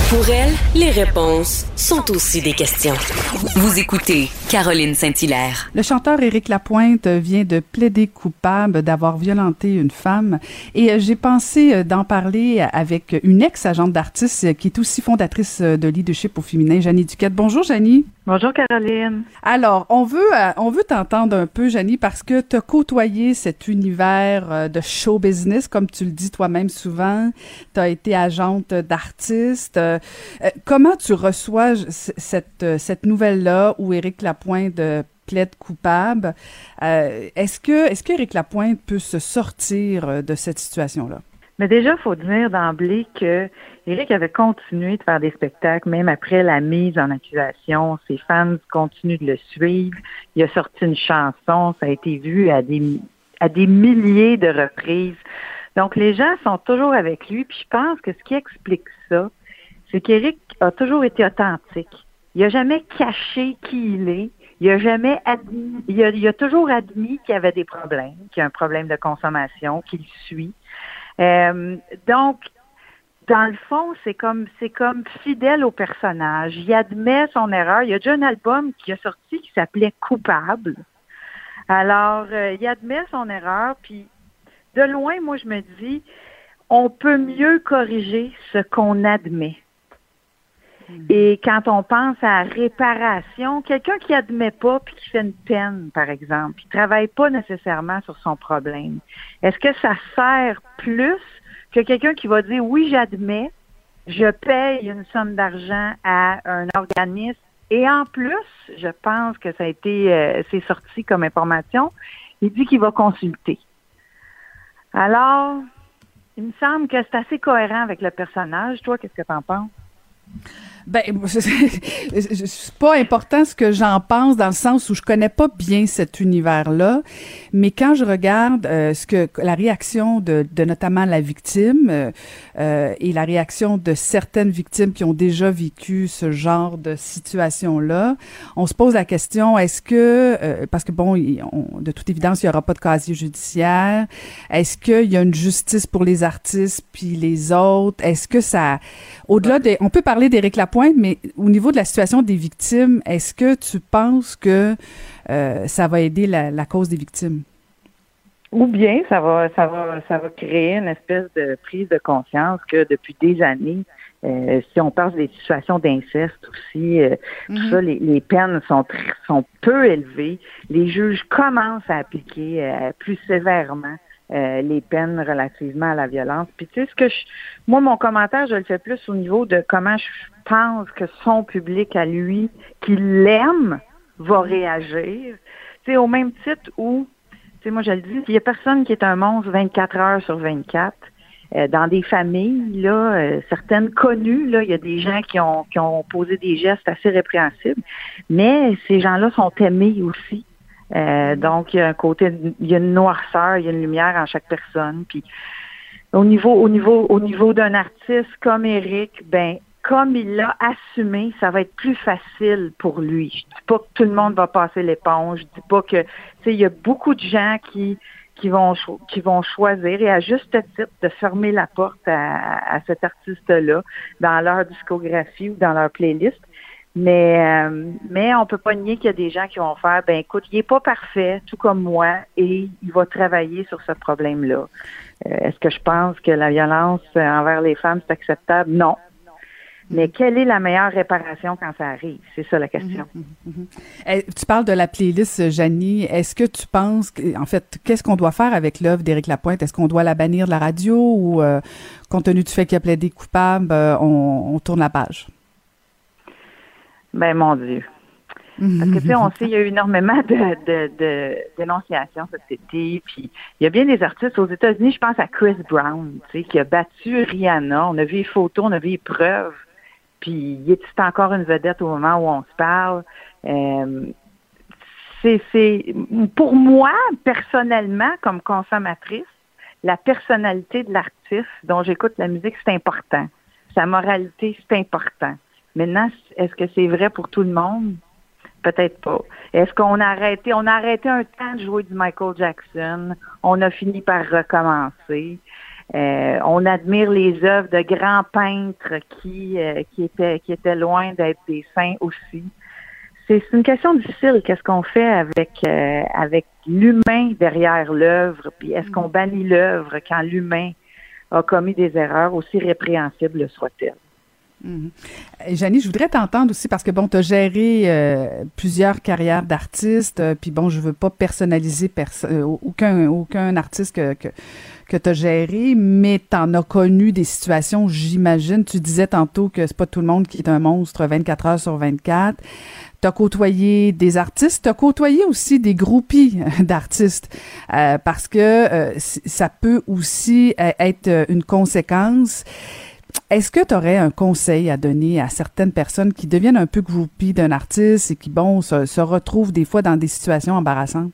Pour elle, les réponses sont aussi des questions. Vous écoutez Caroline Saint-Hilaire. Le chanteur Éric Lapointe vient de plaider coupable d'avoir violenté une femme et j'ai pensé d'en parler avec une ex-agente d'artiste qui est aussi fondatrice de Leadership au féminin, Janie Duquette. Bonjour Janie. Bonjour Caroline. Alors, on veut t'entendre un peu, Janie, parce que tu as côtoyé cet univers de show business, comme tu le dis toi-même souvent. Tu as été agente d'artiste. Comment tu reçois cette nouvelle-là où Éric Lapointe plaide coupable? Est-ce que Éric Lapointe peut se sortir de cette situation-là? Mais déjà, il faut dire d'emblée que Éric avait continué de faire des spectacles, même après la mise en accusation. Ses fans continuent de le suivre. Il a sorti une chanson, ça a été vu à des milliers de reprises. Donc, les gens sont toujours avec lui. Puis je pense que ce qui explique ça, c'est qu'Éric a toujours été authentique. Il n'a jamais caché qui il est. Il a jamais admis, il a toujours admis qu'il y avait des problèmes, qu'il y a un problème de consommation, qu'il suit. Donc, dans le fond, c'est comme fidèle au personnage. Il admet son erreur. Il y a déjà un album qui a sorti qui s'appelait Coupable. Alors, il admet son erreur, puis de loin, moi, je me dis, on peut mieux corriger ce qu'on admet. Et quand on pense à réparation, quelqu'un qui admet pas puis qui fait une peine, par exemple, qui travaille pas nécessairement sur son problème, est-ce que ça sert plus que quelqu'un qui va dire oui, j'admets, je paye une somme d'argent à un organisme et en plus, je pense que ça a été c'est sorti comme information, il dit qu'il va consulter. Alors, il me semble que c'est assez cohérent avec le personnage. Toi, qu'est-ce que t'en penses? Ben, c'est pas important ce que j'en pense dans le sens où je connais pas bien cet univers-là, mais quand je regarde la réaction de notamment la victime et la réaction de certaines victimes qui ont déjà vécu ce genre de situation-là, on se pose la question, est-ce que, parce que bon, de toute évidence, il y aura pas de casier judiciaire, est-ce qu'il y a une justice pour les artistes puis les autres? Est-ce que ça, au-delà on peut parler d'Éric Lapointe, mais au niveau de la situation des victimes, est-ce que tu penses que ça va aider la cause des victimes? Ou bien ça va créer une espèce de prise de conscience que depuis des années, si on parle des situations d'inceste aussi, tout ça, les peines sont peu élevées. Les juges commencent à appliquer plus sévèrement les peines relativement à la violence. Puis tu sais, moi, mon commentaire, je le fais plus au niveau de comment je pense que son public à lui, qui l'aime, va réagir. Tu sais, au même titre où, tu sais, moi, je le dis, il y a personne qui est un monstre 24 heures sur 24. Dans des familles, là, certaines connues, là, il y a des gens qui ont posé des gestes assez répréhensibles, mais ces gens-là sont aimés aussi. Donc, il y a il y a une noirceur, il y a une lumière en chaque personne. Puis, au niveau d'un artiste comme Éric, ben, comme il l'a assumé, ça va être plus facile pour lui. Je dis pas que tout le monde va passer l'éponge. Je dis pas que, tu sais, il y a beaucoup de gens qui vont choisir, et à juste titre, de fermer la porte à cet artiste-là dans leur discographie ou dans leur playlist. Mais on peut pas nier qu'il y a des gens qui vont faire, ben écoute, il est pas parfait, tout comme moi, et il va travailler sur ce problème-là. Est-ce que je pense que la violence envers les femmes, c'est acceptable? Non. Mais quelle est la meilleure réparation quand ça arrive? C'est ça la question. Tu parles de la playlist, Janie. Est-ce que tu penses, en fait, qu'est-ce qu'on doit faire avec l'œuvre d'Éric Lapointe? Est-ce qu'on doit la bannir de la radio ou, compte tenu du fait qu'il a plaidé coupable, on tourne la page? Ben, mon Dieu. Parce que, tu sais, on sait, il y a eu énormément de dénonciations cet été, puis il y a bien des artistes aux États-Unis, je pense à Chris Brown, tu sais, qui a battu Rihanna. On a vu les photos, on a vu les preuves, puis il est encore une vedette au moment où on se parle. C'est pour moi, personnellement, comme consommatrice, la personnalité de l'artiste dont j'écoute la musique, c'est important. Sa moralité, c'est important. Maintenant, est-ce que c'est vrai pour tout le monde? Peut-être pas. Est-ce qu'on a arrêté? On a arrêté un temps de jouer du Michael Jackson. On a fini par recommencer. On admire les œuvres de grands peintres qui étaient loin d'être des saints aussi. C'est une question difficile. Qu'est-ce qu'on fait avec l'humain derrière l'œuvre? Puis est-ce qu'on bannit l'œuvre quand l'humain a commis des erreurs, aussi répréhensibles soit-elles? Janie, je voudrais t'entendre aussi parce que bon, tu as géré plusieurs carrières d'artistes, puis bon, je veux pas personnaliser aucun artiste que tu as géré, mais tu en as connu des situations, j'imagine. Tu disais tantôt que c'est pas tout le monde qui est un monstre 24 heures sur 24. Tu as côtoyé des artistes, tu as côtoyé aussi des groupies d'artistes, parce que ça peut aussi être une conséquence. Est-ce que tu aurais un conseil à donner à certaines personnes qui deviennent un peu groupies d'un artiste et qui, bon, se retrouvent des fois dans des situations embarrassantes?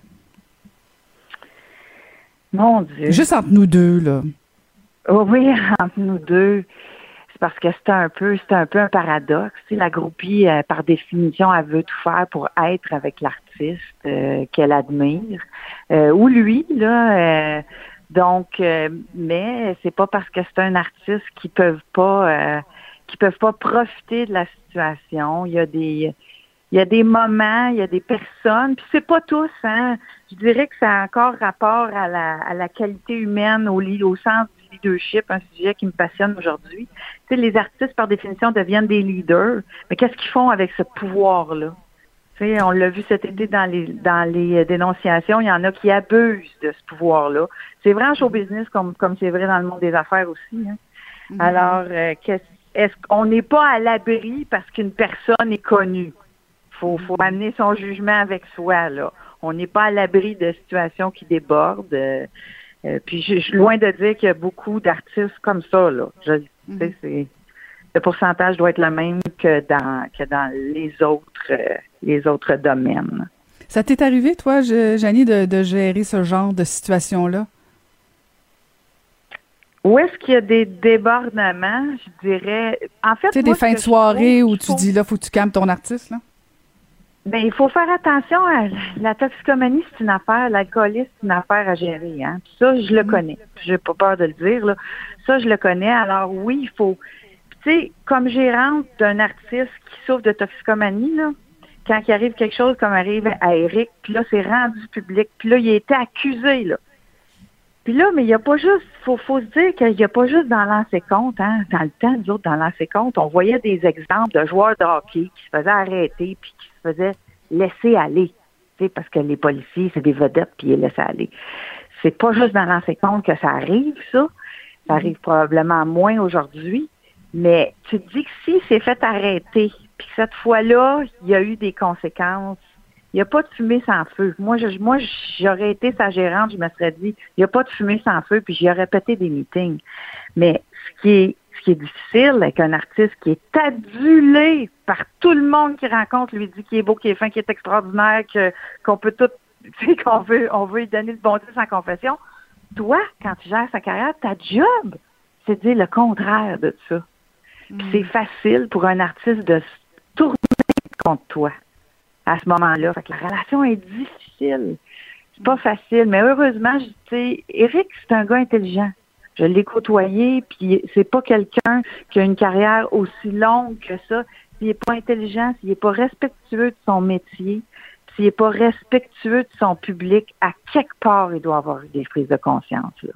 Mon Dieu. Juste entre nous deux, là. Oh oui, entre nous deux. C'est parce que c'est un peu un paradoxe. Tu sais, la groupie, par définition, elle veut tout faire pour être avec l'artiste qu'elle admire. Ou lui, là. Donc, mais c'est pas parce que c'est un artiste qu'ils peuvent pas profiter de la situation. Il y a des moments, il y a des personnes, puis c'est pas tous, hein. Je dirais que ça a encore rapport à la qualité humaine, au sens du leadership, un sujet qui me passionne aujourd'hui. Tu sais, les artistes, par définition, deviennent des leaders, mais qu'est-ce qu'ils font avec ce pouvoir-là? Tu sais, on l'a vu cet été dans les dénonciations, il y en a qui abusent de ce pouvoir-là. C'est vrai en show business comme c'est vrai dans le monde des affaires aussi, hein. Mm-hmm. Alors, est-ce qu'on n'est pas à l'abri parce qu'une personne est connue? Faut amener son jugement avec soi, là. On n'est pas à l'abri de situations qui débordent. Puis je suis loin de dire qu'il y a beaucoup d'artistes comme ça, là. Le pourcentage doit être le même que dans les autres domaines. Ça t'est arrivé, toi, Janie, de gérer ce genre de situation-là? Où est-ce qu'il y a des débordements, je dirais? En fait, tu sais, des fins de soirée où tu dis, là, faut que tu calmes ton artiste, là? Ben, il faut faire attention à la toxicomanie, c'est une affaire, l'alcoolisme, c'est une affaire à gérer, hein. Puis ça, je le connais. J'ai pas peur de le dire, là. Ça, je le connais. Alors oui, il faut. Tu sais, comme gérante d'un artiste qui souffre de toxicomanie, là, quand il arrive quelque chose comme arrive à Éric, puis là, c'est rendu public, puis là, il a été accusé, là. Puis là, mais il n'y a pas juste, faut se dire qu'il n'y a pas juste dans l'ancien compte, hein. Dans le temps, nous autres, dans l'ancien compte, on voyait des exemples de joueurs de hockey qui se faisaient arrêter puis qui se faisaient laisser aller. Tu sais, parce que les policiers, c'est des vedettes puis ils laissent aller. C'est pas juste dans l'ancien compte que ça arrive, ça. Ça arrive probablement moins aujourd'hui. Mais tu te dis que si c'est fait arrêter, puis que cette fois-là, il y a eu des conséquences, il n'y a pas de fumée sans feu. Moi, j'aurais été sa gérante, je me serais dit, il n'y a pas de fumée sans feu, puis j'y aurais pété des meetings. Mais ce qui est difficile avec un artiste qui est adulé par tout le monde qu'il rencontre, lui dit qu'il est beau, qu'il est fin, qu'il est extraordinaire, qu'on peut tout, tu sais, on veut lui donner le bon Dieu sans confession. Toi, quand tu gères sa carrière, ta job, c'est de dire le contraire de ça. Puis c'est facile pour un artiste de se tourner contre toi à ce moment-là. Fait que la relation est difficile. C'est pas facile, mais heureusement, tu sais, Éric, c'est un gars intelligent. Je l'ai côtoyé, puis c'est pas quelqu'un qui a une carrière aussi longue que ça. S'il est pas intelligent, s'il est pas respectueux de son métier, s'il est pas respectueux de son public, à quelque part, il doit avoir des prises de conscience, là.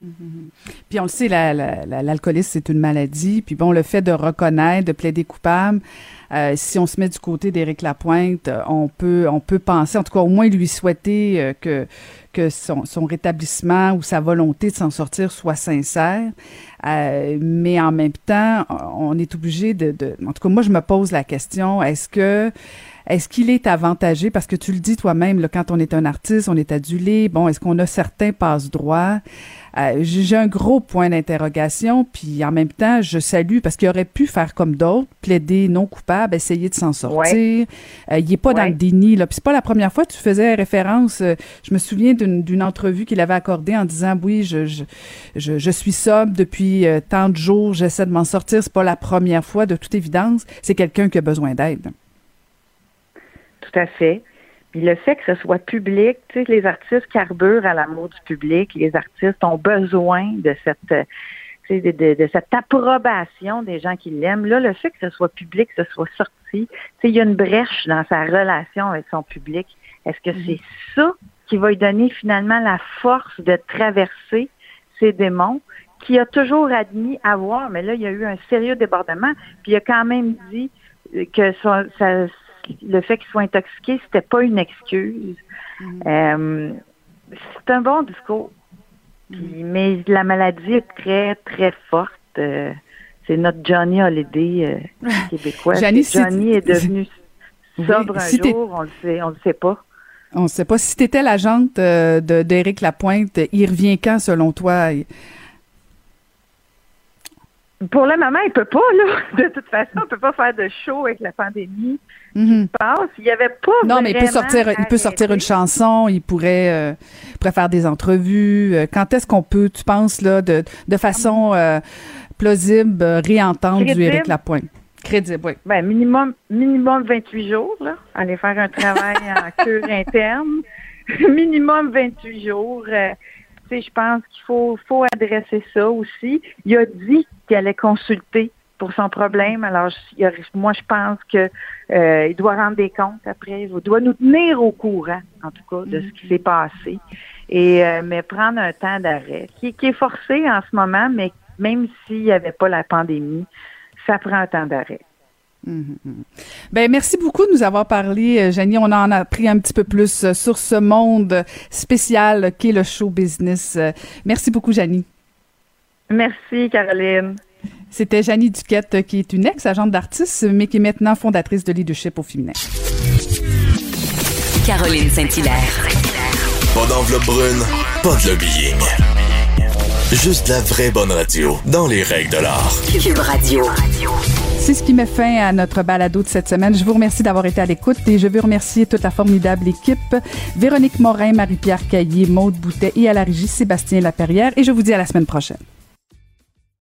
Puis on le sait, l'alcoolisme, c'est une maladie. Puis bon, le fait de reconnaître, de plaider coupable, si on se met du côté d'Éric Lapointe, on peut penser, en tout cas au moins lui souhaiter que son rétablissement ou sa volonté de s'en sortir soit sincère. Mais en même temps, on est obligé en tout cas, moi, je me pose la question, est-ce qu'il est avantagé, parce que tu le dis toi-même, là, quand on est un artiste, on est adulé, bon, est-ce qu'on a certains passe-droits? J'ai un gros point d'interrogation, puis en même temps, je salue, parce qu'il aurait pu faire comme d'autres, plaider non coupable, essayer de s'en sortir. Il est pas dans le déni, là. Puis c'est pas la première fois que tu faisais référence, je me souviens d'une entrevue qu'il avait accordée en disant, oui, je suis sobre depuis tant de jours, j'essaie de m'en sortir. C'est pas la première fois, de toute évidence. C'est quelqu'un qui a besoin d'aide. Tout à fait. Puis le fait que ce soit public, tu sais, les artistes carburent à l'amour du public. Les artistes ont besoin de cette de cette approbation des gens qui l'aiment. Là, le fait que ce soit public, que ce soit sorti, tu sais, il y a une brèche dans sa relation avec son public. Est-ce que c'est ça qui va lui donner finalement la force de traverser ces démons qu'il a toujours admis avoir? Mais là, il y a eu un sérieux débordement. Puis il a quand même dit que le fait qu'il soit intoxiqué, c'était pas une excuse. C'est un bon discours. Mais la maladie est très, très forte. C'est notre Johnny Hallyday québécois. Johnny est devenu sobre un jour, on le sait pas. On ne sait pas. Si tu étais l'agente d'Éric Lapointe, il revient quand, selon toi? Pour le moment, il peut pas, là. De toute façon, on peut pas faire de show avec la pandémie qui passe. Il y avait pas Non, mais il peut sortir une chanson, il pourrait faire des entrevues. Quand est-ce qu'on peut, tu penses, là, de façon plausible, réentendre du Éric Lapointe? Crédible, oui. Ben, minimum 28 jours, là. Aller faire un travail en cure interne. Minimum 28 jours. Je pense qu'il faut adresser ça aussi. Il a dit qu'il allait consulter pour son problème. Alors, moi, je pense que il doit rendre des comptes après. Il doit nous tenir au courant, en tout cas, de ce qui s'est passé. Mais prendre un temps d'arrêt, qui est forcé en ce moment, mais même s'il n'y avait pas la pandémie, ça prend un temps d'arrêt. Ben merci beaucoup de nous avoir parlé, Janie. On en a appris un petit peu plus sur ce monde spécial qu'est le show business. Merci beaucoup, Janie. Merci, Caroline. C'était Janie Duquette, qui est une ex-agente d'artiste, mais qui est maintenant fondatrice de Leadership au féminin. Caroline Saint-Hilaire. Pas d'enveloppe brune, pas de lobbying. Juste la vraie bonne radio, dans les règles de l'art. Cube Radio. C'est ce qui met fin à notre balado de cette semaine. Je vous remercie d'avoir été à l'écoute et je veux remercier toute la formidable équipe. Véronique Morin, Marie-Pierre Caillé, Maude Boutet et à la régie Sébastien Laperrière. Et je vous dis à la semaine prochaine.